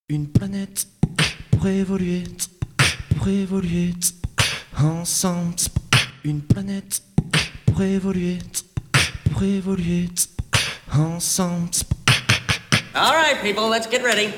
Une planète pour évoluer ensemble. Une planète pour évoluer ensemble. All right, people, let's get ready.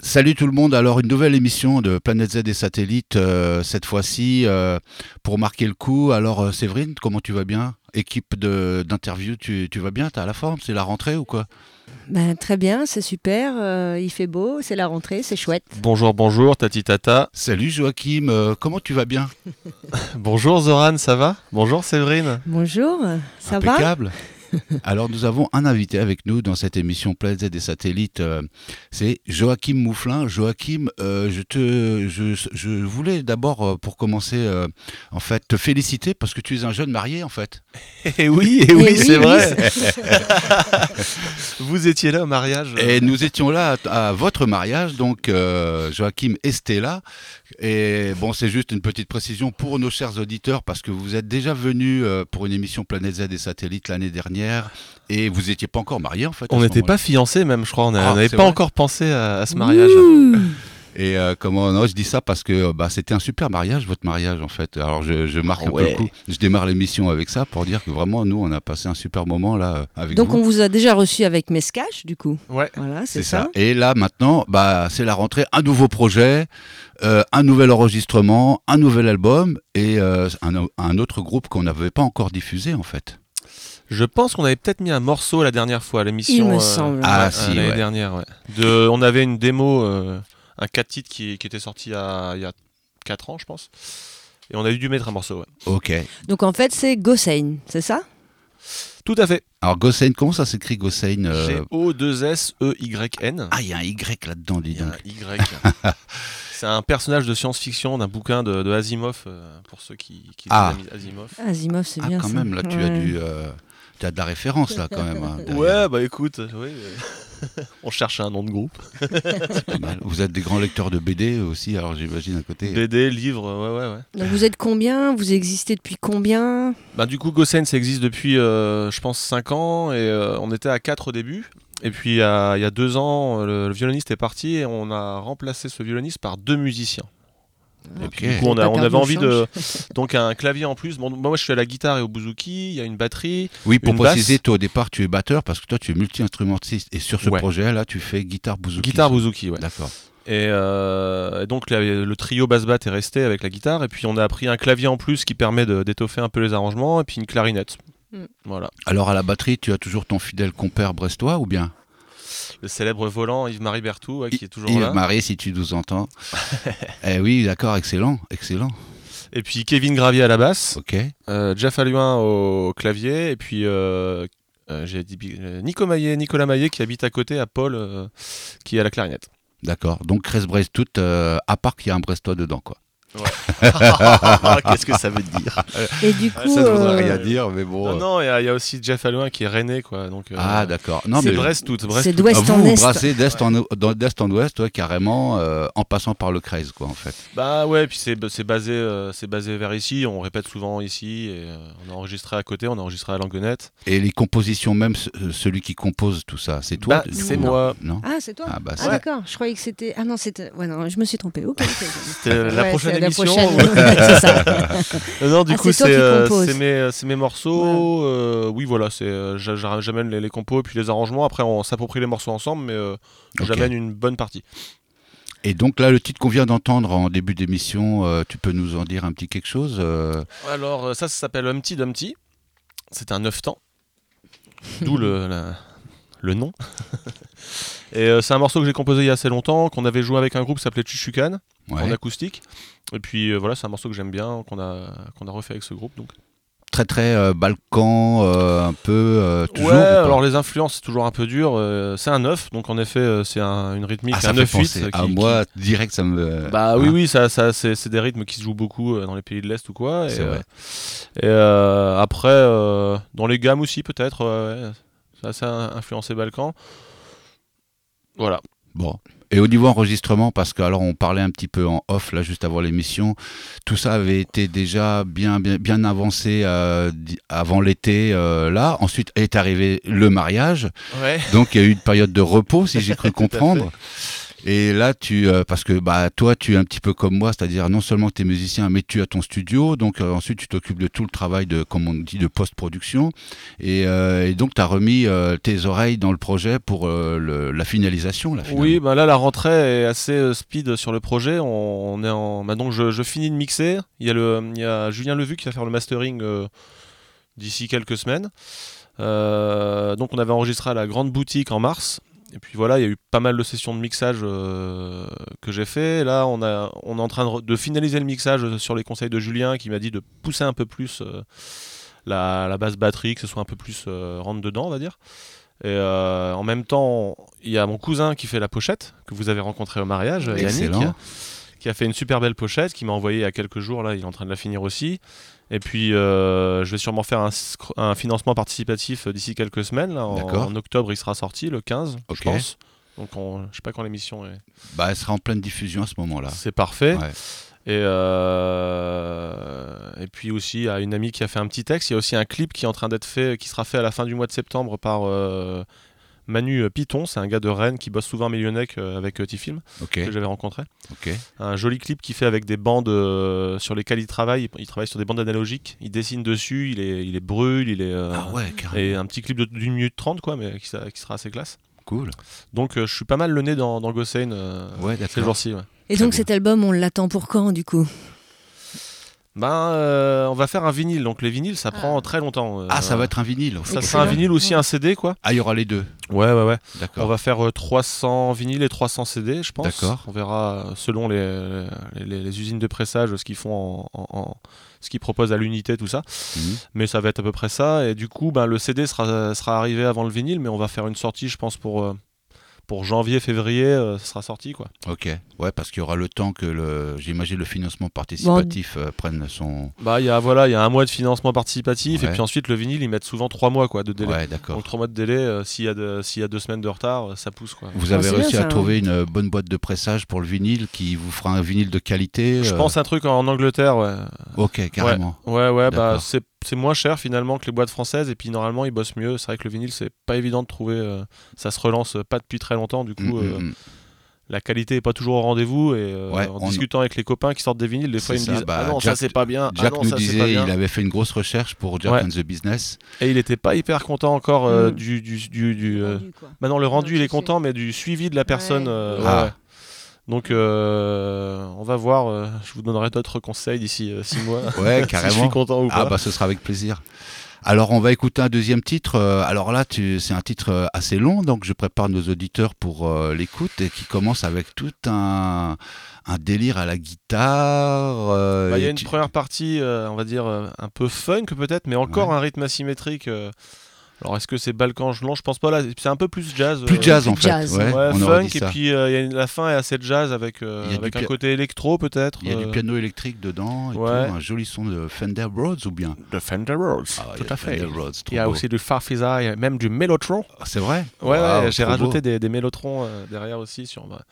Salut tout le monde, alors une nouvelle émission de Planète Z et Satellites, cette fois-ci pour marquer le coup. Alors Séverine, comment tu vas bien? Équipe d'interview, tu vas bien? T'as la forme? C'est la rentrée ou quoi? Très bien, c'est super, il fait beau, c'est la rentrée, c'est chouette. Bonjour, tati tata. Salut Joachim, comment tu vas bien? Bonjour Zoran, ça va? Bonjour Séverine. Bonjour, ça va? Impeccable. Alors nous avons un invité avec nous dans cette émission Planète Z et Satellites, c'est Joachim Mouflin. Joachim, je voulais d'abord pour commencer en fait te féliciter parce que tu es un jeune marié en fait. Et oui, c'est vrai. Vous étiez là au mariage. Et nous étions là à votre mariage, donc Joachim et Stella. Et bon, c'est juste une petite précision pour nos chers auditeurs parce que vous êtes déjà venus pour une émission Planète Z et Satellites l'année dernière et vous n'étiez pas encore mariés en fait. On n'était pas fiancés même, je crois. On n'avait pas vrai encore pensé à ce mariage. Et non, je dis ça parce que c'était un super mariage, votre mariage en fait. Alors je marque un peu le coup. Je démarre l'émission avec ça pour dire que vraiment nous on a passé un super moment là avec Donc vous. on vous a déjà reçu avec Mescache du coup. Ouais. Voilà, c'est ça. Et là maintenant, c'est la rentrée, un nouveau projet, un nouvel enregistrement, un nouvel album et un autre groupe qu'on n'avait pas encore diffusé en fait. Je pense qu'on avait peut-être mis un morceau la dernière fois à l'émission. Il me semble. L'année dernière, ouais. On avait une démo, un 4 titres qui était sorti il y a 4 ans, je pense. Et on a dû mettre un morceau, ouais. Ok. Donc en fait c'est Gossein, c'est ça? Tout à fait. Alors Gossein, comment ça s'écrit Gossein G-O-2-S-E-Y-N. Ah, il y a un Y là-dedans, dis donc. Il y a un Y. C'est un personnage de science-fiction d'un bouquin de Asimov, pour ceux qui lisent Asimov. Asimov, c'est bien quand ça. même, là tu as de la référence là quand même. Ouais, écoute, oui. On cherche un nom de groupe. C'est pas mal. Vous êtes des grands lecteurs de BD aussi, alors j'imagine à côté. BD, livres, ouais. Donc vous êtes combien? Vous existez depuis combien? Du coup, Gossein, ça existe depuis, je pense, 5 ans, et on était à 4 au début. Et puis, il y a 2 ans, le violoniste est parti, et on a remplacé ce violoniste par 2 musiciens. Et puis, du coup, on avait envie de. Donc, un clavier en plus. Bon, moi, je suis à la guitare et au bouzouki. Il y a une batterie. Oui, pour préciser, basse. toi, au départ, tu es batteur parce que toi, tu es multi-instrumentiste. Et sur ce projet-là, tu fais guitare bouzouki. Guitare bouzouki, ouais. D'accord. Et donc, le trio basse-batte est resté avec la guitare. Et puis, on a appris un clavier en plus qui permet d'étoffer un peu les arrangements. Et puis, une clarinette. Voilà. Alors, à la batterie, tu as toujours ton fidèle compère brestois ou bien? Le célèbre volant Yves-Marie Berthoud, qui est toujours là. Yves-Marie, si tu nous entends. Oui, d'accord, excellent. Et puis Kevin Gravier à la basse. Ok. Jeff Alluin au clavier. Et puis j'ai dit Nicolas Maillet qui habite à côté, à Paul, qui est à la clarinette. D'accord. Donc 13 Brestoutes, à part qu'il y a un Brestois dedans, quoi. Ouais. Qu'est-ce que ça veut dire? Et du coup, ça ne voudrait rien dire, mais bon. Non, il y a aussi Jeff Alluin qui est rennais, quoi. Donc, d'accord. Non, c'est mais Brestoute. C'est d'ouest en vous est. brassez d'est en ouest, ouais, carrément, en passant par le Creuse, quoi, en fait. Ouais, puis c'est basé vers ici. On répète souvent ici. Et, on a enregistré à côté, on a enregistré à Languenette. Et les compositions, même celui qui compose tout ça, c'est toi? C'est moi. Non. Ah, c'est toi? c'est... D'accord. Je croyais que c'était. Ah non, c'était. Ouais, non, je me suis trompée. Ok. C'était la prochaine émission. C'est ça. Non, du coup, c'est c'est mes morceaux. Ouais. Oui, voilà, j'amène les compos et puis les arrangements. Après, on s'approprie les morceaux ensemble, mais j'amène une bonne partie. Et donc là, le titre qu'on vient d'entendre en début d'émission, tu peux nous en dire un petit quelque chose? Alors, ça s'appelle Humpty Dumpty. C'est un 9 temps. D'où le nom. Et c'est un morceau que j'ai composé il y a assez longtemps, qu'on avait joué avec un groupe qui s'appelait Chuchucan, en acoustique. Et puis voilà, c'est un morceau que j'aime bien, qu'on a refait avec ce groupe. Donc. Très très Balkan, un peu toujours. Ouais, alors les influences c'est toujours un peu dur. C'est un 9, donc en effet c'est une rythmique, un 9-8. Moi, direct ça me. Oui, c'est des rythmes qui se jouent beaucoup dans les pays de l'Est ou quoi. C'est vrai. Et après, dans les gammes aussi peut-être, c'est assez influencé Balkan. Voilà. Bon. Et au niveau enregistrement, parce que alors on parlait un petit peu en off là juste avant l'émission, tout ça avait été déjà bien avancé avant l'été là. Ensuite est arrivé le mariage, ouais. Donc il y a eu une période de repos si j'ai cru comprendre. Et là, parce que toi, tu es un petit peu comme moi, c'est-à-dire non seulement que tu es musicien, mais tu as ton studio. Donc ensuite, tu t'occupes de tout le travail comme on dit, de post-production. Et donc, tu as remis tes oreilles dans le projet pour la finalisation. Là, finalement. Oui, là, la rentrée est assez speed sur le projet. On est donc, je finis de mixer. Il y a Julien Levu qui va faire le mastering d'ici quelques semaines. Donc, on avait enregistré à la Grande Boutique en mars. Et puis voilà, il y a eu pas mal de sessions de mixage que j'ai fait. Là, on est en train de finaliser le mixage sur les conseils de Julien qui m'a dit de pousser un peu plus la basse batterie, que ce soit un peu plus rentre dedans, on va dire. Et en même temps, il y a mon cousin qui fait la pochette, que vous avez rencontré au mariage, Yannick, qui a fait une super belle pochette, qui m'a envoyé il y a quelques jours, là, il est en train de la finir aussi. Et puis, je vais sûrement faire un financement participatif d'ici quelques semaines. Là, en octobre, il sera sorti, le 15, je pense. Donc, je sais pas quand l'émission est. Elle sera en pleine diffusion à ce moment-là. C'est parfait. Ouais. Et puis aussi, il y a une amie qui a fait un petit texte. Il y a aussi un clip qui est en train d'être fait, qui sera fait à la fin du mois de septembre par Manu Piton. C'est un gars de Rennes qui bosse souvent à Millionec avec Tifilm, que j'avais rencontré. Un joli clip qu'il fait avec des bandes sur lesquelles il travaille. Il travaille sur des bandes analogiques. Il dessine dessus, il les brûle, et un petit clip d'1 minute 30, quoi, mais qui sera assez classe. Cool. Donc je suis pas mal le nez dans Gossane ces jours-ci. Ouais. Et donc cet album, on l'attend pour quand du coup ? On va faire un vinyle, donc les vinyles ça prend très longtemps. Ça va être un vinyle. Ça sera un vinyle aussi, un CD quoi. Il y aura les deux. Ouais. D'accord. On va faire 300 vinyles et 300 CD, je pense. D'accord. On verra selon les usines de pressage ce qu'ils font ce qu'ils proposent à l'unité, tout ça. Mais ça va être à peu près ça. Et du coup, le CD sera arrivé avant le vinyle, mais on va faire une sortie, je pense, pour janvier, février, ça sera sorti, quoi. Ok, ouais, parce qu'il y aura le temps que j'imagine le financement participatif prenne son... Il y a un mois de financement participatif, et puis ensuite le vinyle, ils mettent souvent 3 mois quoi, de délai. Ouais, d'accord. Donc 3 mois de délai, s'il y a 2 semaines de retard, ça pousse, quoi. Vous avez réussi à trouver une bonne boîte de pressage pour le vinyle qui vous fera un vinyle de qualité Je pense un truc en Angleterre, ouais. Ok, carrément. Ouais, c'est moins cher finalement que les boîtes françaises, et puis normalement ils bossent mieux. C'est vrai que le vinyle c'est pas évident de trouver, ça se relance pas depuis très longtemps, du coup la qualité est pas toujours au rendez-vous, et en discutant avec les copains qui sortent des vinyles, des fois ils me disent non, ça c'est pas bien. Jack nous disait, il avait fait une grosse recherche pour Jack and the Business et il était pas hyper content encore non, le rendu il est content, mais du suivi de la personne. Donc on va voir, je vous donnerai d'autres conseils d'ici 6 mois. Ouais, carrément. Si je suis content ou pas. Ce sera avec plaisir. Alors on va écouter un deuxième titre. Alors là, c'est un titre assez long, donc je prépare nos auditeurs pour l'écoute, et qui commence avec tout un délire à la guitare. Il y a une première partie, on va dire un peu funk peut-être, mais encore un rythme asymétrique. Alors est-ce que c'est Balkan Gelon ? Je pense pas, là, c'est un peu plus jazz. Plus jazz en fait. Ouais, funk, et puis la fin est assez jazz avec un côté électro peut-être. Il y a du piano électrique dedans, et tout, un joli son de Fender Rhodes ou bien ? De Fender Rhodes, tout à fait. Rhodes, il y a aussi du Farfisa, et même du Mellotron. C'est vrai ? Ouais, j'ai rajouté des Mellotrons derrière aussi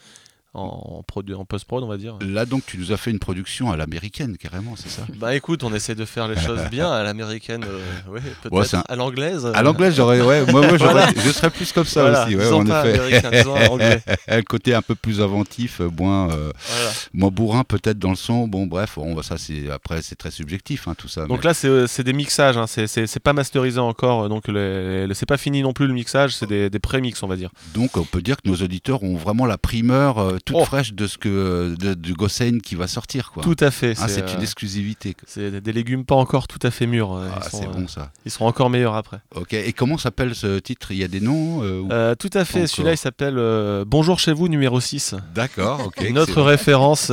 en post-prod, on va dire. Là, donc, tu nous as fait une production à l'américaine, carrément, c'est ça ? Écoute, on essaie de faire les choses bien à l'américaine, peut-être à l'anglaise. À l'anglaise, je serais plus comme ça aussi, en effet. Anglais. Le côté un peu plus inventif, moins bourrin peut-être dans le son. Bon, bref, après, c'est très subjectif, tout ça. Donc là, c'est des mixages, c'est pas masterisé encore, donc c'est pas fini non plus le mixage, c'est des pré-mix, on va dire. Donc, on peut dire que nos auditeurs ont vraiment la primeur toute fraîche du Gossane qui va sortir, quoi. Tout à fait. C'est une exclusivité. C'est des légumes pas encore tout à fait mûrs. C'est bon ça. Ils seront encore meilleurs après. Ok. Et comment s'appelle ce titre ? Il y a des noms Tout à fait. Celui-là, il s'appelle Bonjour chez vous numéro 6. D'accord. Ok. Notre référence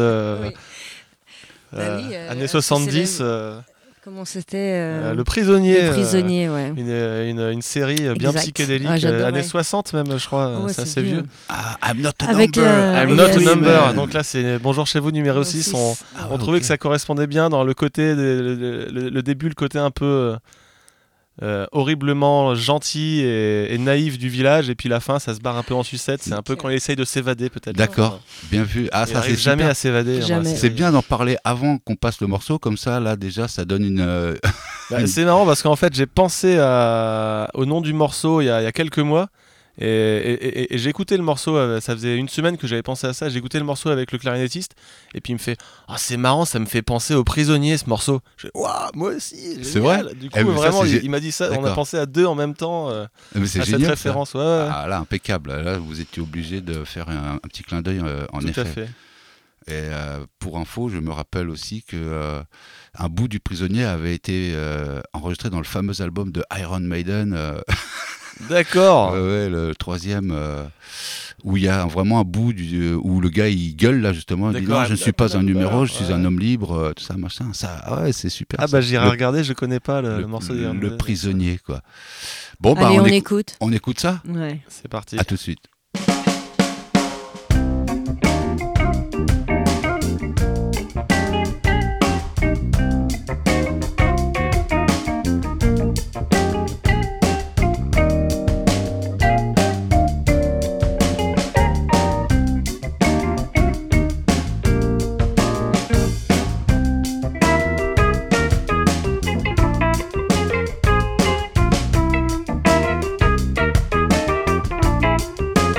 années 70. Comment c'était Le Prisonnier. Le Prisonnier, ouais. Une série bien psychédélique, années 60 même, je crois. C'est assez vieux. I'm not a Avec number. I'm not a number. Donc là, c'est Bonjour chez vous numéro 6. On trouvait que ça correspondait bien dans le côté, le début, le côté un peu horriblement gentil et naïf du village, et puis la fin ça se barre un peu en sucette. C'est un peu quand il essaye de s'évader peut-être. D'accord, bien vu. Ça c'est jamais à s'évader. C'est bien d'en parler avant qu'on passe le morceau, comme ça là déjà ça donne une c'est marrant parce qu'en fait j'ai pensé au nom du morceau il y a quelques mois, Et j'ai écouté le morceau, ça faisait une semaine que j'avais pensé à ça, j'ai écouté le morceau avec le clarinettiste, et puis il me fait « Ah, c'est marrant, ça me fait penser aux prisonniers ce morceau ». Je fais « Waouh, moi aussi, génial !» C'est vrai. Du coup, Eh, mais ça, vraiment, c'est il m'a dit ça, on a D'accord. pensé à deux en même temps, Mais c'est à cette génial, ça. référence. Ouais. Ah là, impeccable. Là, vous étiez obligé de faire un petit clin d'œil, en Tout effet. à fait. Et pour info, je me rappelle aussi que un bout du prisonnier avait été enregistré dans le fameux album de Iron Maiden, D'accord. ouais, le troisième, où il y a vraiment un bout où le gars il gueule là justement, il dit D'accord, non, je ne suis pas un numéro, je suis ouais. un homme libre, tout ça machin. Ça, ouais, c'est super. Ah ça. bah j'irai Le- regarder, je connais pas le morceau le, d'Iron le Maiden. prisonnier quoi. Bon bah Allez, on éc- écoute. on écoute ça. Ouais. C'est parti. À tout de suite. Thank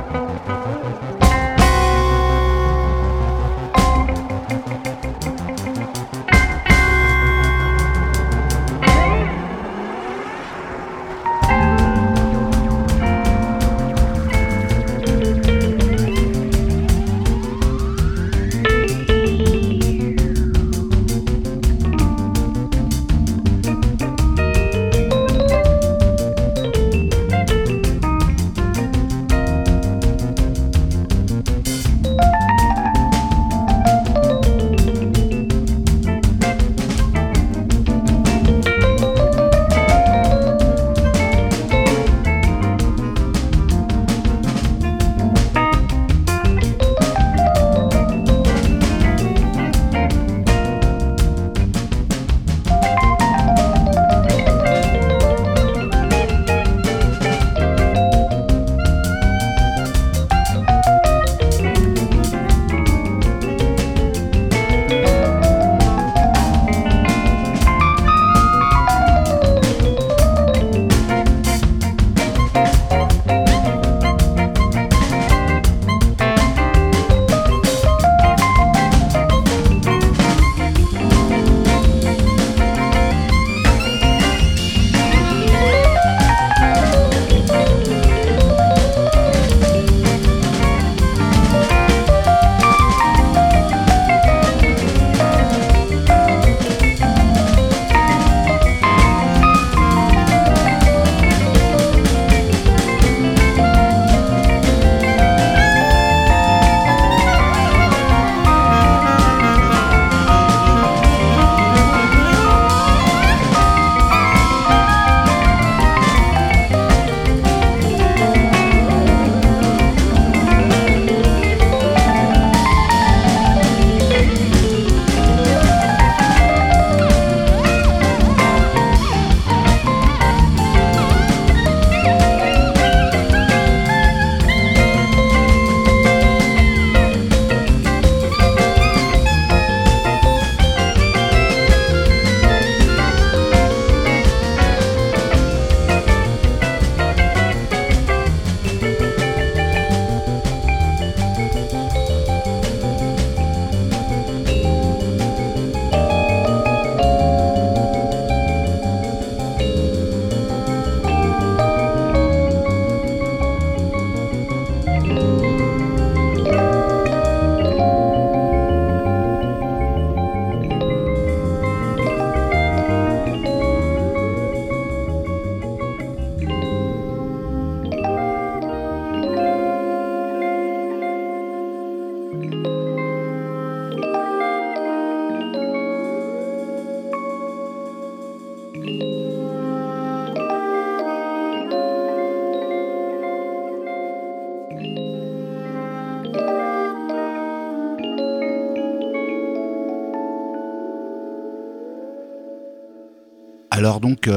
Alors donc,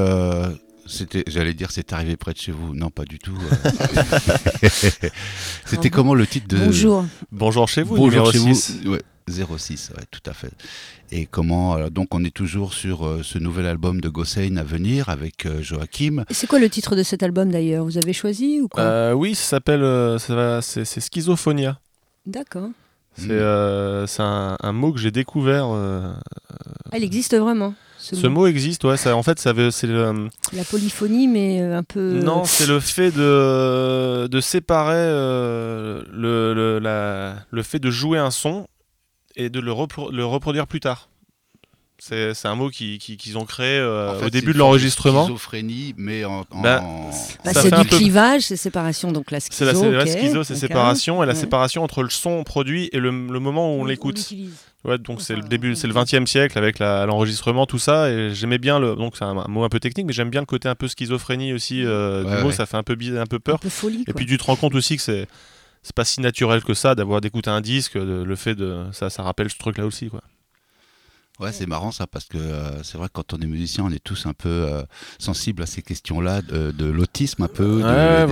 j'allais dire c'est arrivé près de chez vous. Non, pas du tout. C'était comment le titre de... Bonjour. Bonjour chez vous, Bonjour numéro chez 6. vous. Ouais, 06, ouais, tout à fait. Et comment... donc on est toujours sur ce nouvel album de Gossein à venir avec Joachim. Et c'est quoi le titre de cet album d'ailleurs? Vous avez choisi ou quoi? Oui, ça s'appelle... c'est Schizophonia. D'accord. C'est un mot que j'ai découvert. Ah, il existe vraiment. Ce mot existe, ouais. En fait, c'est la polyphonie, mais un peu. Non, c'est le fait de séparer le fait de jouer un son et de le reproduire plus tard. C'est un mot qu'ils ont créé en fait, au début de l'enregistrement. Schizophrénie, mais c'est du clivage, c'est séparation, donc la schizo. La schizo, c'est séparation, et la séparation entre le son produit et le moment où on l'écoute. Ouais, donc c'est le début, c'est le XXe siècle avec l'enregistrement, tout ça, et j'aimais bien donc c'est un mot un peu technique, mais j'aime bien le côté un peu schizophrénie aussi du mot, ça fait un peu peur. Un peu folie, et puis tu te rends compte aussi que c'est pas si naturel que ça d'écouter un disque, le fait de ça rappelle ce truc là aussi, quoi. Ouais, c'est marrant ça, parce que c'est vrai que quand on est musicien, on est tous un peu sensibles à ces questions-là, de l'autisme un peu.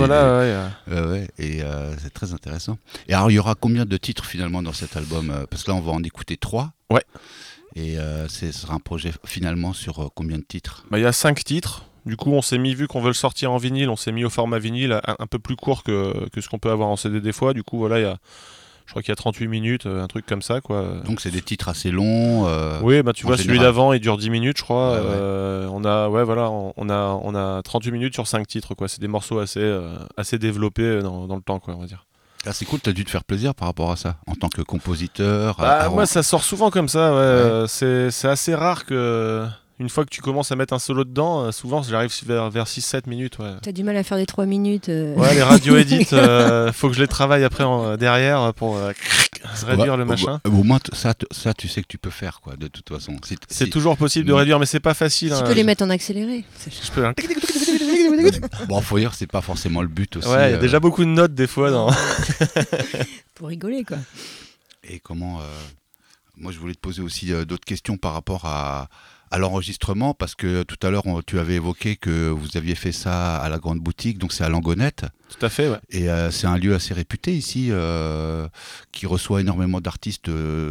Et c'est très intéressant. Et alors, il y aura combien de titres finalement dans cet album? Parce que là, on va en écouter 3. Ouais. Et ce sera un projet finalement sur combien de titres? Il y a 5 titres. Du coup, on s'est mis, vu qu'on veut le sortir en vinyle, on s'est mis au format vinyle un peu plus court que ce qu'on peut avoir en CD des fois. Du coup, voilà, je crois qu'il y a 38 minutes, un truc comme ça, quoi. Donc c'est des titres assez longs. Oui, bah tu en vois, général. celui d'avant, il dure 10 minutes, je crois. Ouais, ouais. On a 38 minutes sur 5 titres, quoi. C'est des morceaux assez développés dans le temps, quoi, on va dire. Ah, c'est cool, t'as dû te faire plaisir par rapport à ça, en tant que compositeur. Moi, ça sort souvent comme ça, ouais. C'est assez rare que... Une fois que tu commences à mettre un solo dedans, souvent j'arrive vers 6-7 minutes. Ouais. T'as du mal à faire des 3 minutes. Ouais, les radio edits, faut que je les travaille après derrière pour réduire le machin. Au moins, ça, tu sais que tu peux faire, quoi, de toute façon. C'est toujours possible de réduire, mais c'est pas facile. Tu peux les mettre en accéléré. Je peux... Bon, faut dire, c'est pas forcément le but aussi. Ouais, il y a déjà beaucoup de notes des fois dans... Pour rigoler, quoi. Et comment... Moi, je voulais te poser aussi d'autres questions par rapport à l'enregistrement, parce que tout à l'heure, tu avais évoqué que vous aviez fait ça à la Grande Boutique, donc c'est à Langonette. Tout à fait, ouais. Et c'est un lieu assez réputé ici, qui reçoit énormément d'artistes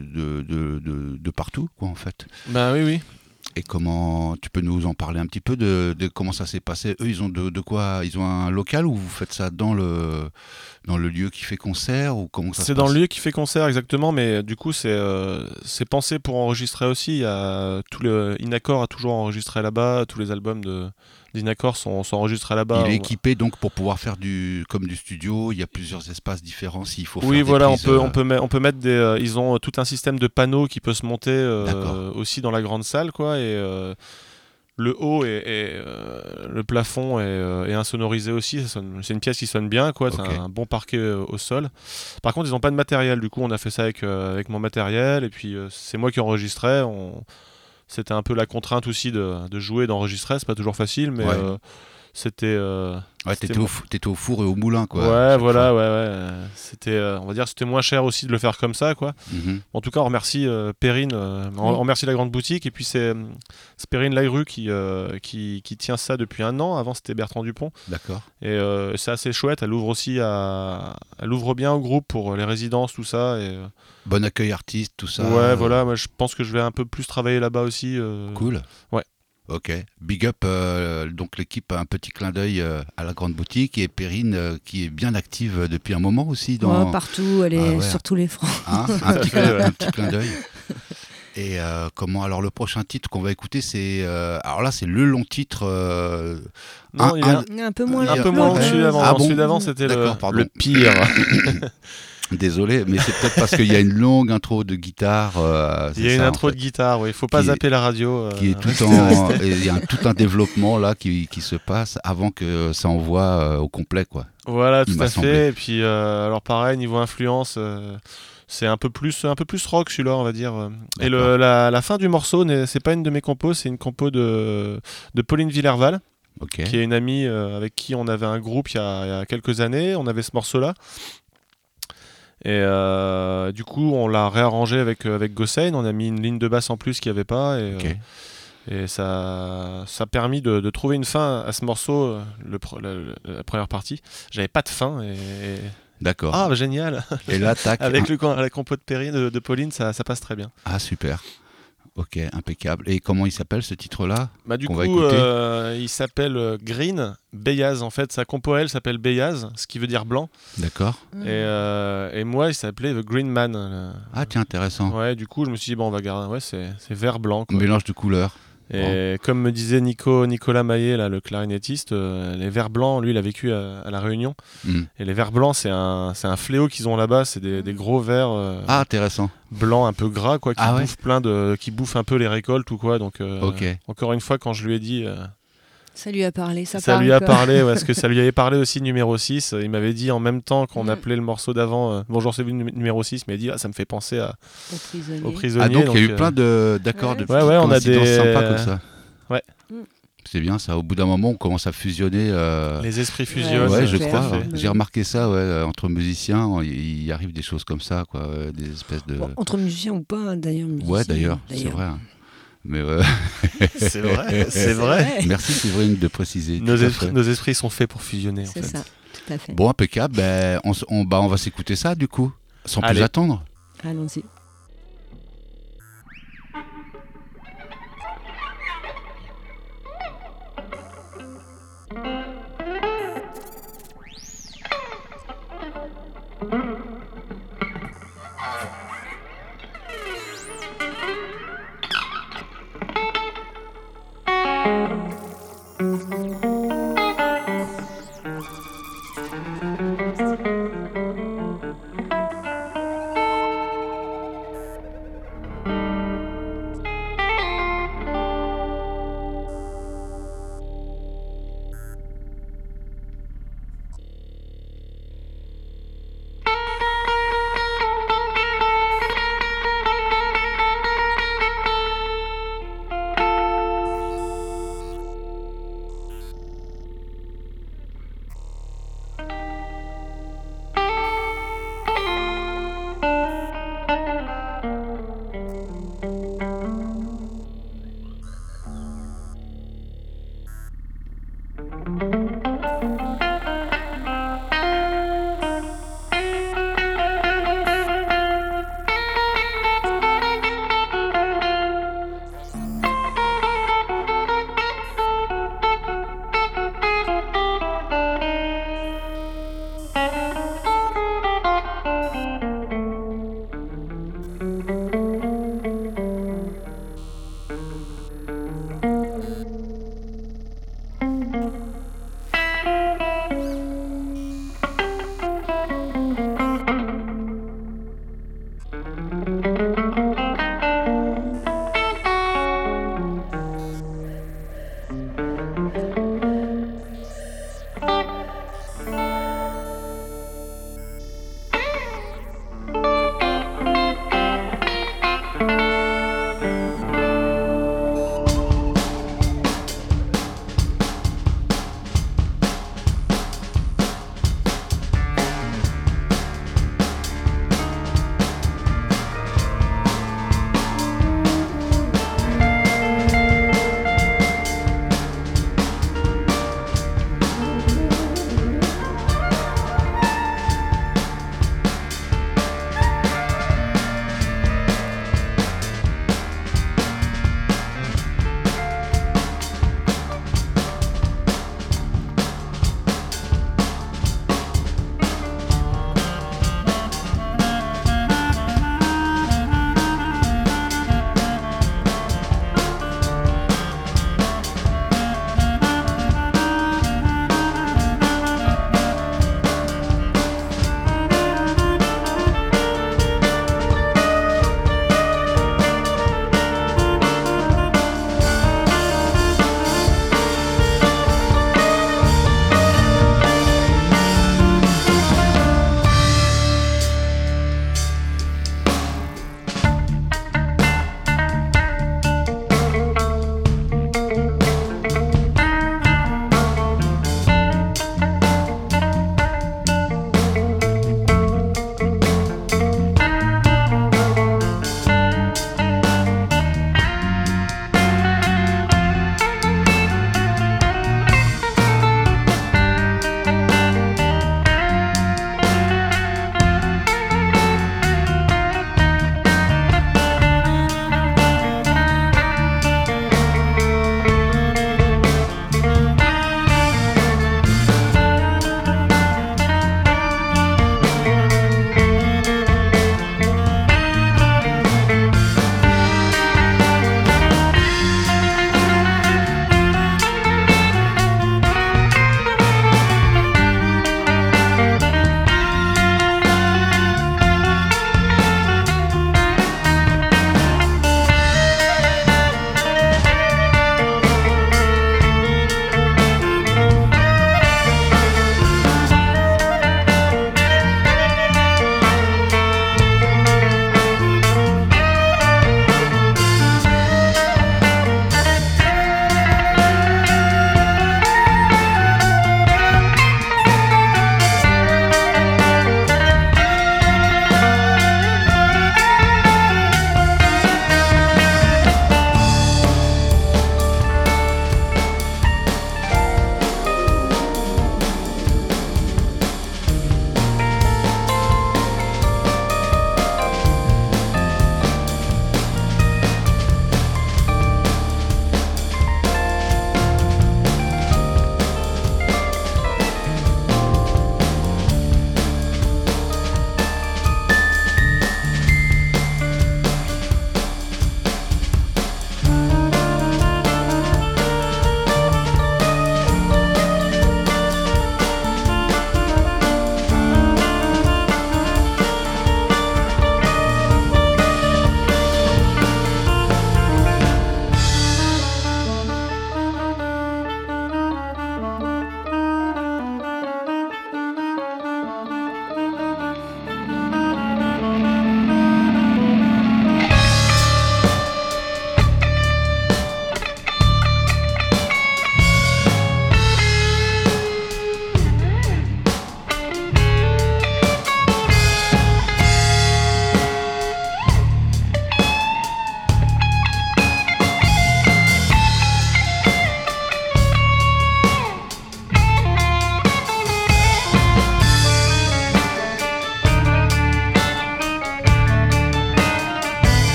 de partout, quoi, en fait. Ben oui. Et comment tu peux nous en parler un petit peu de comment ça s'est passé? Eux, ils ont de quoi? Ils ont un local ou vous faites ça dans le lieu qui fait concert, ou comment ça se passe? C'est dans le lieu qui fait concert exactement, mais du coup c'est pensé pour enregistrer aussi. Il y a Inaccord a toujours enregistré là-bas, tous les albums d'Inaccord sont enregistrés là-bas. Il est équipé donc pour pouvoir faire comme du studio. Il y a plusieurs espaces différents s'il faut faire oui, des voilà, prises, on peut mettre des. Ils ont tout un système de panneaux qui peut se monter aussi dans la grande salle, quoi. Et le haut et le plafond est insonorisé aussi. C'est une pièce qui sonne bien, quoi. Okay. C'est un bon parquet au sol. Par contre, ils n'ont pas de matériel. Du coup, on a fait ça avec mon matériel. Et puis, c'est moi qui enregistrais. C'était un peu la contrainte aussi de jouer, d'enregistrer. C'est pas toujours facile, mais c'était. Ouais, t'étais au four et au moulin, quoi. Ouais, voilà, ouais. C'était, on va dire, c'était moins cher aussi de le faire comme ça, quoi. Mm-hmm. En tout cas, on remercie Perrine, on remercie la Grande Boutique, et puis c'est Perrine Layrue qui tient ça depuis 1 an. Avant, c'était Bertrand Dupont. D'accord. Et c'est assez chouette. Elle ouvre aussi elle ouvre bien au groupe pour les résidences, tout ça. Et bon accueil artiste, tout ça. ouais, voilà. Moi, je pense que je vais un peu plus travailler là-bas aussi. Cool. Ouais. Ok, big up, donc l'équipe a un petit clin d'œil à la Grande Boutique, et Perrine qui est bien active depuis un moment aussi. Partout, elle est sur tous les fronts. Hein, un petit clin d'œil. Et alors le prochain titre qu'on va écouter, c'est alors là c'est le long titre. Non, il est un peu moins long que celui d'avant. Ah bon, celui d'avant, c'était le pire. Désolé, mais c'est peut-être parce qu'il y a une longue intro de guitare. Il y a une intro de guitare, oui. Il faut pas zapper la radio. Qui est il y a tout un développement là qui se passe avant que ça envoie au complet, quoi. Voilà, tout à fait. Et puis alors pareil, niveau influence, c'est un peu plus rock celui-là, on va dire. Et la fin du morceau, c'est pas une de mes compos, c'est une compo de Pauline Villerval. Okay. Qui est une amie avec qui on avait un groupe il y a quelques années. On avait ce morceau-là. Et du coup, on l'a réarrangé avec Gossein. On a mis une ligne de basse en plus qu'il n'y avait pas. Et ça a permis de trouver une fin à ce morceau, la première partie. J'avais pas de fin. D'accord. Ah, bah, génial. Et là, tac. Avec la compo de Perrine, de Pauline, ça passe très bien. Ah, super. Ok, impeccable. Et comment il s'appelle ce titre-là? Du coup, il s'appelle Green, Beyaz. En fait, sa compo elle s'appelle Beyaz, ce qui veut dire blanc. D'accord. Et moi, il s'appelait The Green Man. Ah, tiens, intéressant. Ouais, du coup, je me suis dit, bon, on va garder. Ouais, c'est vert-blanc. Un mélange de couleurs. Et comme me disait Nicolas Maillet, là, le clarinettiste, les vers blancs, lui, il a vécu à La Réunion. Et les vers blancs, c'est un fléau qu'ils ont là-bas. C'est des gros vers intéressant. Blancs un peu gras, quoi, qui bouffent un peu les récoltes ou quoi. Donc, encore une fois, quand je lui ai dit... ça lui a parlé, ça lui a parlé, parce que ça lui avait parlé aussi numéro 6. Il m'avait dit en même temps qu'on appelait le morceau d'avant Bonjour, c'est vous numéro 6, mais il a dit ça me fait penser au prisonnier. Ah, donc il y a eu plein d'accords, de petites on a des sympas comme ça. Ouais. C'est bien ça, au bout d'un moment on commence à fusionner. Les esprits fusionnent. Ouais, je crois. J'ai remarqué ça, entre musiciens, il arrive des choses comme ça, quoi, des espèces de... Bon, entre musiciens ou pas, d'ailleurs. Ouais, d'ailleurs, c'est vrai. Hein. Mais c'est vrai. Merci Séverine de préciser. Nos esprits sont faits pour fusionner. C'est ça, tout à fait. Bon, impeccable. On va s'écouter ça du coup, sans plus attendre. Allons-y.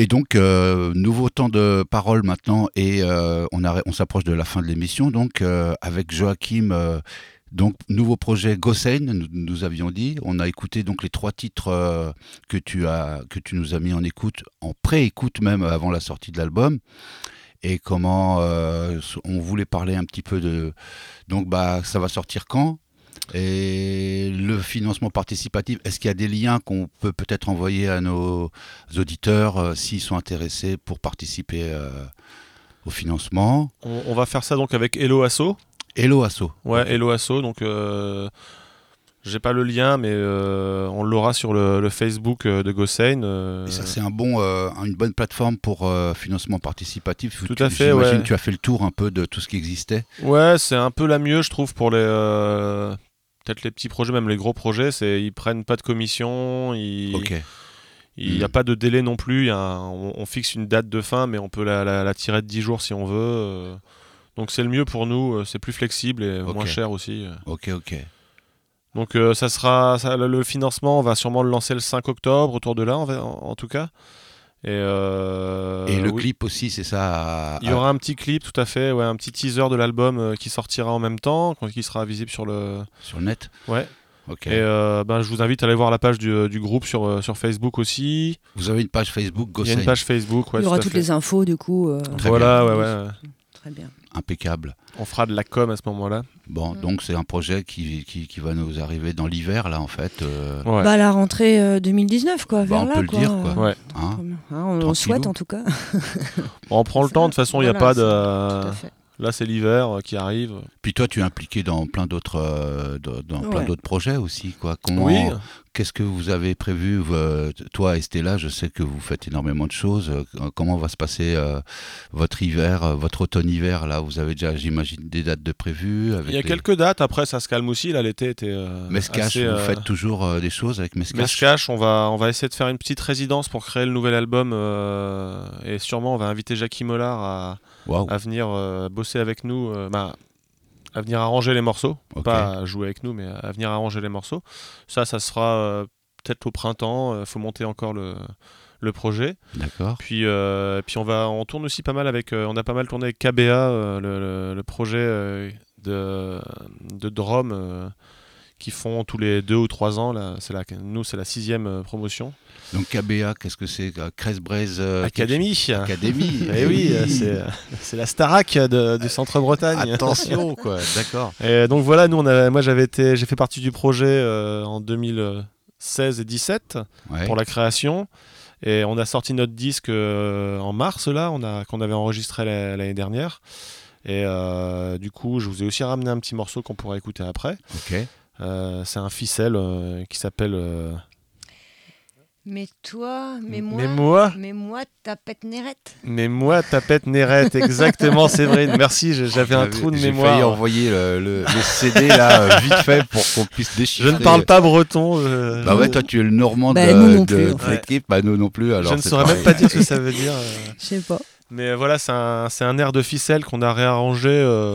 Et donc, nouveau temps de parole maintenant, et on s'approche de la fin de l'émission, donc avec Joachim, donc nouveau projet Gossen, nous avions dit. On a écouté donc les 3 titres que tu nous as mis en écoute, en pré-écoute même avant la sortie de l'album. Et comment on voulait parler un petit peu de... Donc, ça va sortir quand ? Et le financement participatif, est-ce qu'il y a des liens qu'on peut peut-être envoyer à nos auditeurs s'ils sont intéressés pour participer au financement ? On va faire ça donc avec Hello Asso. Hello Asso. Ouais, Hello Asso. Donc, j'ai pas le lien, mais on l'aura sur le Facebook de Gossen. Et ça, c'est une bonne plateforme pour financement participatif. Tout à fait, j'imagine ouais. Tu as fait le tour un peu de tout ce qui existait. Ouais, c'est un peu la mieux, je trouve, pour peut-être les petits projets, même les gros projets. Ils prennent pas de commission, Ok. il n'y a pas de délai non plus. On fixe une date de fin, mais on peut la tirer de 10 jours si on veut. Donc c'est le mieux pour nous, c'est plus flexible et moins cher aussi. Ok. Donc le financement, on va sûrement le lancer le 5 octobre, autour de là en tout cas. Et le clip aussi, c'est ça Il y aura un petit clip, tout à fait, ouais, un petit teaser de l'album qui sortira en même temps, qui sera visible sur le net. Ouais. Ok. Et je vous invite à aller voir la page du groupe sur Facebook aussi. Vous avez une page Facebook Gossen. Il y a une page Facebook, ouais. Il y aura toutes les infos du coup. Voilà, ouais. Très bien. Impeccable. On fera de la com à ce moment-là. Bon, donc c'est un projet qui va nous arriver dans l'hiver, là, en fait. Ouais. La rentrée 2019, quoi, vers on là. peut le dire, quoi. Ouais. Hein, on souhaite, en tout cas. On prend le temps, de toute façon, il n'y a pas de... Tout à fait. Là, c'est l'hiver qui arrive. Puis toi, tu es impliqué dans plein d'autres plein d'autres projets aussi, quoi. Oui. Qu'est-ce que vous avez prévu, toi et Stella? Je sais que vous faites énormément de choses. Comment va se passer votre hiver, votre automne-hiver? Là, vous avez déjà, j'imagine, des dates de prévues. Il y a quelques dates. Après, ça se calme aussi. Là, l'été était Mescache, assez, vous faites toujours des choses avec Mescache? Mescache, on va essayer de faire une petite résidence pour créer le nouvel album. Et sûrement, on va inviter Jackie Mollard à venir bosser avec nous. À venir arranger les morceaux, pas à jouer avec nous, mais à venir arranger les morceaux. Ça se fera peut-être au printemps. Faut monter encore le projet. D'accord. Puis on tourne aussi pas mal on a pas mal tourné avec KBA, le projet de Drôme qui font tous les 2 ou 3 ans. Là, nous, c'est la 6e promotion. Donc KBA, qu'est-ce que c'est? Crest-Braise Academy. Academy. Et oui, c'est la Starac du Centre-Bretagne. Attention, quoi. D'accord. Et donc voilà, j'ai fait partie du projet en 2016 et 2017 pour la création. Et on a sorti notre disque en mars, là, qu'on avait enregistré l'année dernière. Et du coup, je vous ai aussi ramené un petit morceau qu'on pourra écouter après. Ok. C'est un ficelle qui s'appelle... Mais moi, tapette Nérette. Mais moi, tapette Nérette, exactement, Séverine. Merci, j'avais un trou de mémoire. J'ai failli envoyer le CD là, vite fait pour qu'on puisse déchiffrer. Je ne parle pas breton. Bah ouais, toi tu es le normand de l'équipe, nous non plus. Alors je ne saurais même pas dire ce que ça veut dire. Je sais pas. Mais voilà, c'est un air de ficelle qu'on a réarrangé.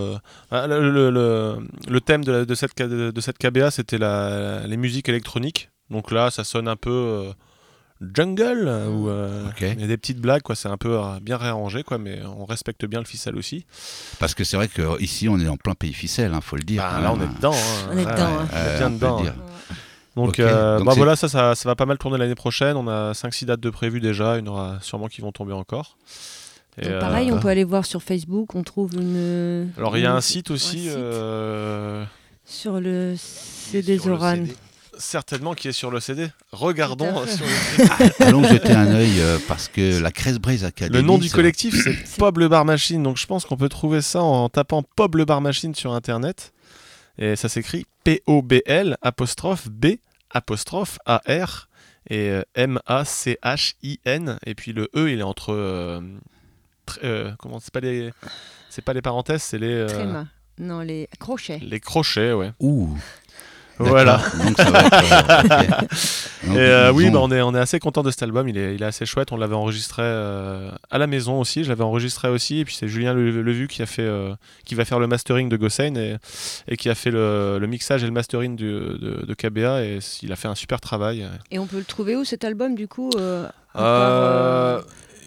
Le thème de cette KBA, c'était les musiques électroniques. Donc là, ça sonne un peu jungle, où il y a des petites blagues, quoi. C'est un peu bien réarrangé, quoi, mais on respecte bien le ficelle aussi. Parce que c'est vrai qu'ici, on est en plein pays ficelle, faut le dire. Là, on est dedans. On est dedans. On est bien dedans. Donc, voilà, ça va pas mal tourner l'année prochaine. On a 5-6 dates de prévues déjà. Il y en aura sûrement qui vont tomber encore. Et pareil, on peut aller voir sur Facebook, on trouve une... Alors il y a un site aussi... sur le CD Zoran. Certainement qui est sur le CD. Regardons sur le CD. Allons jeter un œil parce que la Crest-Braise Academy... Le nom du collectif, c'est Pob le Bar Machine. Donc je pense qu'on peut trouver ça en tapant Pob le Bar Machine sur Internet. Et ça s'écrit POBL B AR et MACHIN. Et puis le E, il est entre... comment c'est pas les parenthèses, c'est les tréma. Non, les crochets. Les crochets, ouais. Ouh. Voilà. Donc ça va être, oui, on est assez content de cet album. Il est assez chouette. On l'avait enregistré à la maison aussi. Je l'avais enregistré aussi. Et puis c'est Julien Levu qui va faire le mastering de Gossen et qui a fait le mixage et le mastering de KBA. Et il a fait un super travail. Et on peut le trouver où cet album du coup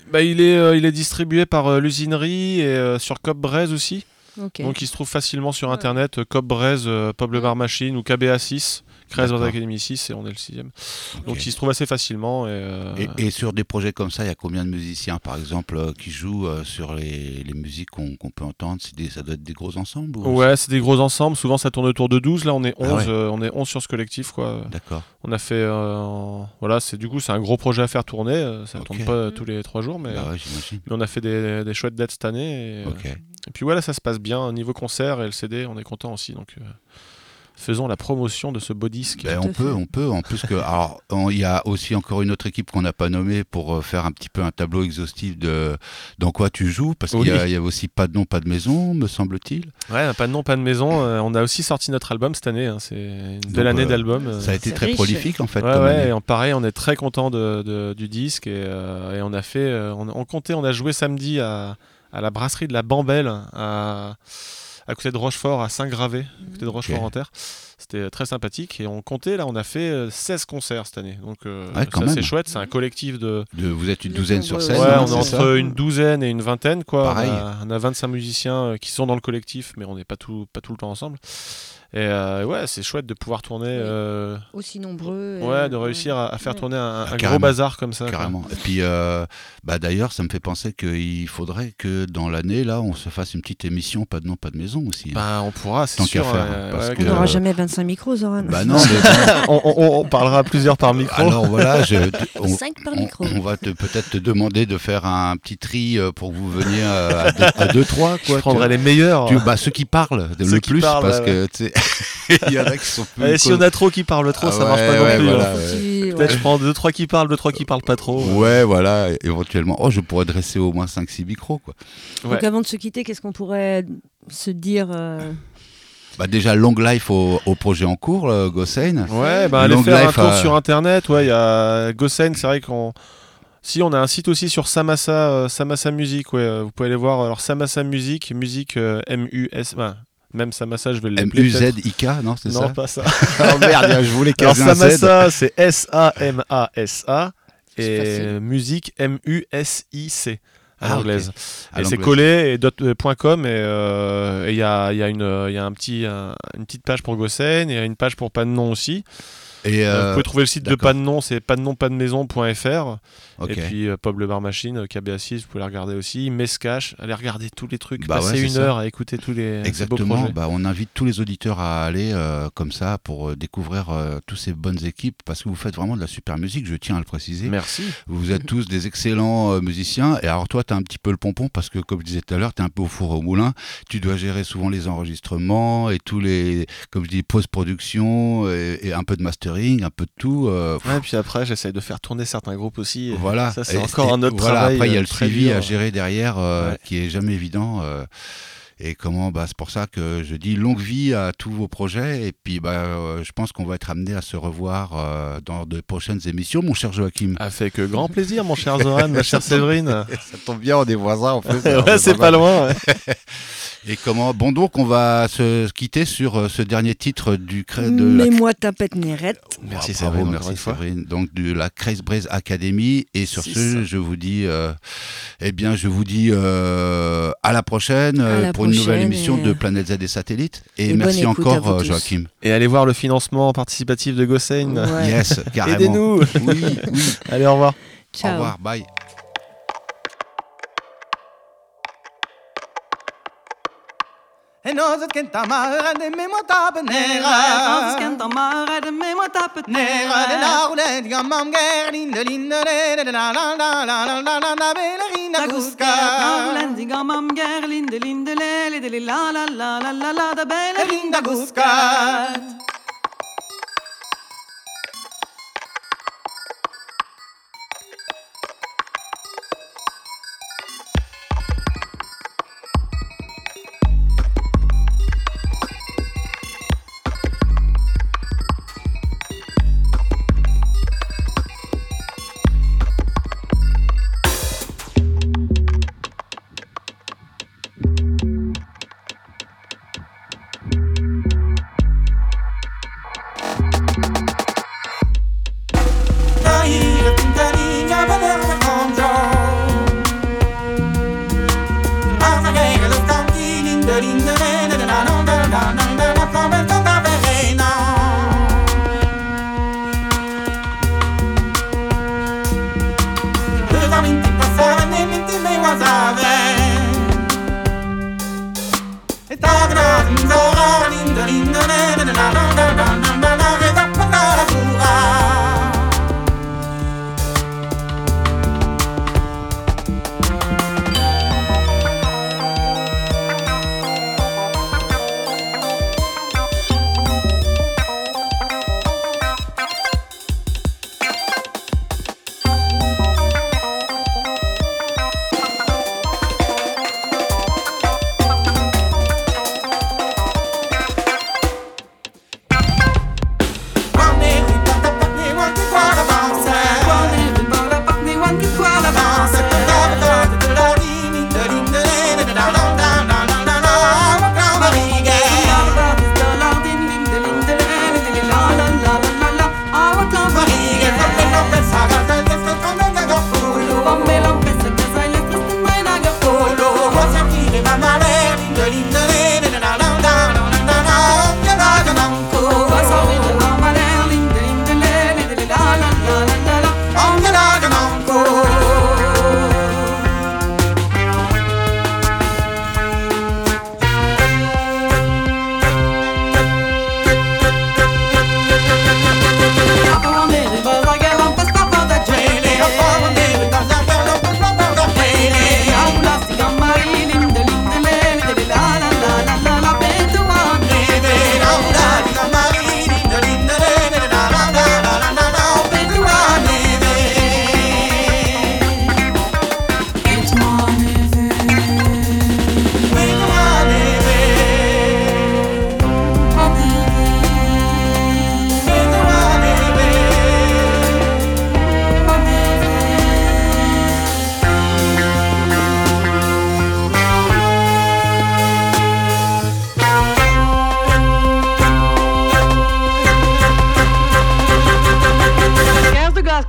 il est distribué par l'usinerie et sur Cop Braise aussi. Ok. Donc il se trouve facilement sur internet, Cop Braise, Pop le Bar Machine ou KBA6, Creators D'accord. Academy 6 et on est le 6e. Ok. Donc il se trouve assez facilement. Et sur des projets comme ça, il y a combien de musiciens, par exemple, qui jouent sur les musiques qu'on peut entendre? Ça doit être des gros ensembles ou... Ouais, c'est des gros ensembles. Souvent, ça tourne autour de 12. Là, on est 11, Ah ouais. on est 11 sur ce collectif, quoi. D'accord. On a fait, voilà, c'est un gros projet à faire tourner. Ça Ok. tourne pas tous les 3 jours, mais Bah ouais, j'imagine. on a fait des chouettes dates cette année. Ok. Et puis voilà, ça se passe bien. Niveau concert et le CD, on est content aussi. Donc, faisons la promotion de ce beau disque. Ben, Tout à on peut. En plus que, alors, il y a aussi encore une autre équipe qu'on n'a pas nommée pour faire un petit peu un tableau exhaustif de dans quoi tu joues, parce Oui. qu'il y a aussi Pas de nom, pas de maison, me semble-t-il. Ouais, pas de nom, pas de maison. On a aussi sorti notre album cette année. C'est une belle Donc, année d'album. Ça a été C'est très riche. prolifique en fait. Ouais, comme ouais, année. et pareil, on est très content du disque et on a fait, on a joué samedi à la brasserie de la Bambelle à côté de Rochefort, à Saint-Gravé, à côté de Rochefort-en-Terre. C'était très sympathique et on comptait, là, on a fait 16 concerts cette année. Donc quand c'est même. chouette, c'est un collectif de... Vous êtes une Vous douzaine êtes sur nombreux, scène. Ouais, ouais, non, on est c'est entre ça une douzaine et une vingtaine, quoi. Pareil. On a 25 musiciens qui sont dans le collectif, mais on n'est pas tout le temps ensemble. Et ouais, c'est chouette de pouvoir tourner... Aussi nombreux. Ouais, de réussir à faire tourner un gros carrément. bazar comme ça. quoi. Carrément. Et puis, d'ailleurs, ça me fait penser qu'il faudrait que dans l'année, là, on se fasse une petite émission, Pas de nom, pas de maison aussi. Bah, on pourra, c'est Tant sûr. qu'à faire, parce On que- n'aura jamais 25 micros, Zoran. Bah non, mais on parlera à plusieurs par micro. alors voilà, 5 par micro. on va peut-être te demander de faire un petit tri pour que vous veniez à 2-3. Je prendrai les meilleurs. Ceux qui parlent Ceux le qui plus, parlent, parce ouais, que tu sais, il y en a qui sont plus. Et si on a trop qui parlent trop, ça marche pas non plus. voilà, hein. ouais. Peut-être je prends 2-3 qui parlent, 2-3 qui parlent pas trop. Ouais, voilà, éventuellement. Oh, je pourrais dresser au moins 5-6 micros, quoi. Ouais. Donc avant de se quitter, qu'est-ce qu'on pourrait se dire Bah déjà, long life au projet en cours, Gossen. Ouais, bah allez Long faire un life, tour sur internet. Ouais, il y a Gossen, c'est vrai qu'on. Si, on a un site aussi sur Samassa Music. Ouais, vous pouvez aller voir. Alors, Samassa Music, M-U-S. Bah, même Samassa, je vais l'appeler. peut-être. M-U-Z-I-K, non, c'est Non, ça pas ça. Oh merde, je voulais Alors, caser un Z. Samassa, c'est S-A-M-A-S-A. C'est Et facile. musique, M-U-S-I-C. À Ah, ok. l'anglaise. À Et c'est l'anglaise. collé et .com et il y a une petite page pour Gossen et il y a une page pour Pas de nom aussi. Et Vous pouvez trouver le site de d'accord. Pas de nom, c'est paddenom-pademaison.fr. ok. Et puis Pop le Bar Machine, KBA6, vous pouvez la regarder aussi. Mescash, allez regarder tous les trucs, Bah passer ouais, c'est une ça. heure à écouter tous les ces beaux Exactement, projets. bah, on invite tous les auditeurs à aller comme ça pour découvrir toutes ces bonnes équipes parce que vous faites vraiment de la super musique, je tiens à le préciser. Merci. Vous êtes tous des excellents musiciens et alors toi tu as un petit peu le pompon parce que comme je disais tout à l'heure, tu es un peu au four et au moulin, tu dois gérer souvent les enregistrements et tous les, comme je dis, post-production et un peu de mastering, un peu de tout. Ouais, puis après, j'essaye de faire tourner certains groupes aussi. Et Voilà. Ça, c'est Et- encore et un autre voilà, travail. Après, il y a le très suivi dur. à gérer derrière Ouais. qui est jamais évident. Et comment, c'est pour ça que je dis longue vie à tous vos projets. Et puis, je pense qu'on va être amené à se revoir dans de prochaines émissions, mon cher Joachim. Avec grand plaisir, mon cher Zoran, ma chère Séverine. Ça tombe bien, on est voisins en plus. Ouais, c'est pas loin. Ouais. Et comment, bon, donc, on va se quitter sur ce dernier titre de la Mets-moi ta pète nérette. Merci, bravo, Séverine, merci encore une fois. Séverine. Donc de la Craze Braze Academy. Et sur C'est ce, ça. je vous dis, à la prochaine À la pour une nouvelle prochaine émission et- de Planète Z et Satellites. Et et merci bonne écoute à encore, vous tous. Joachim. Et allez voir le financement participatif de Gossen. Ouais. Yes, carrément. Aidez-nous. Oui, oui. Allez, au revoir. Au Ciao. revoir, bye. En als het kind dan maar de memo tapen nera. Als kent dan maar de memo tappet Nera de la roulette gamam gerin de linde de la la la la la la la la bellerina Da guska. guska, naulendi gamam gerlinde linde lele de la la la la la la da belle Linda guska.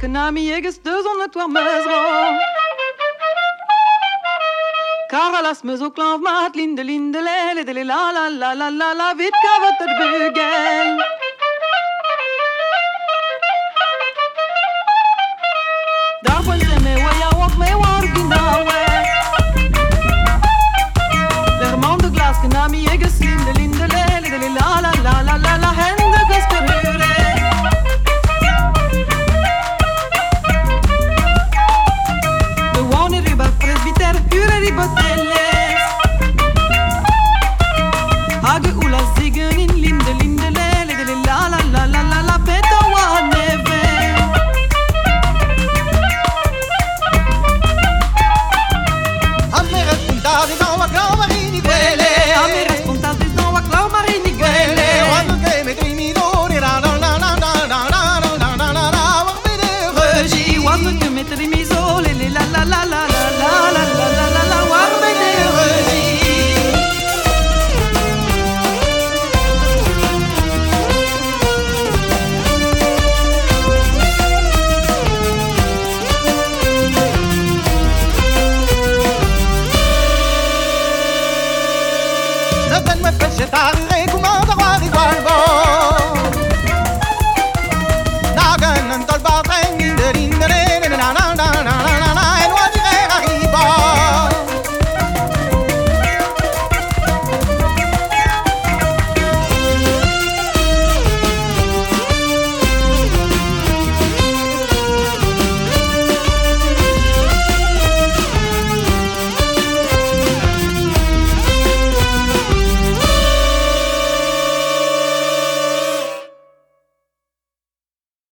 nami eges de zonne toar meusro. Karalas meus o klanv mat linde linde lele de la la la la la la vit kavat er bugen.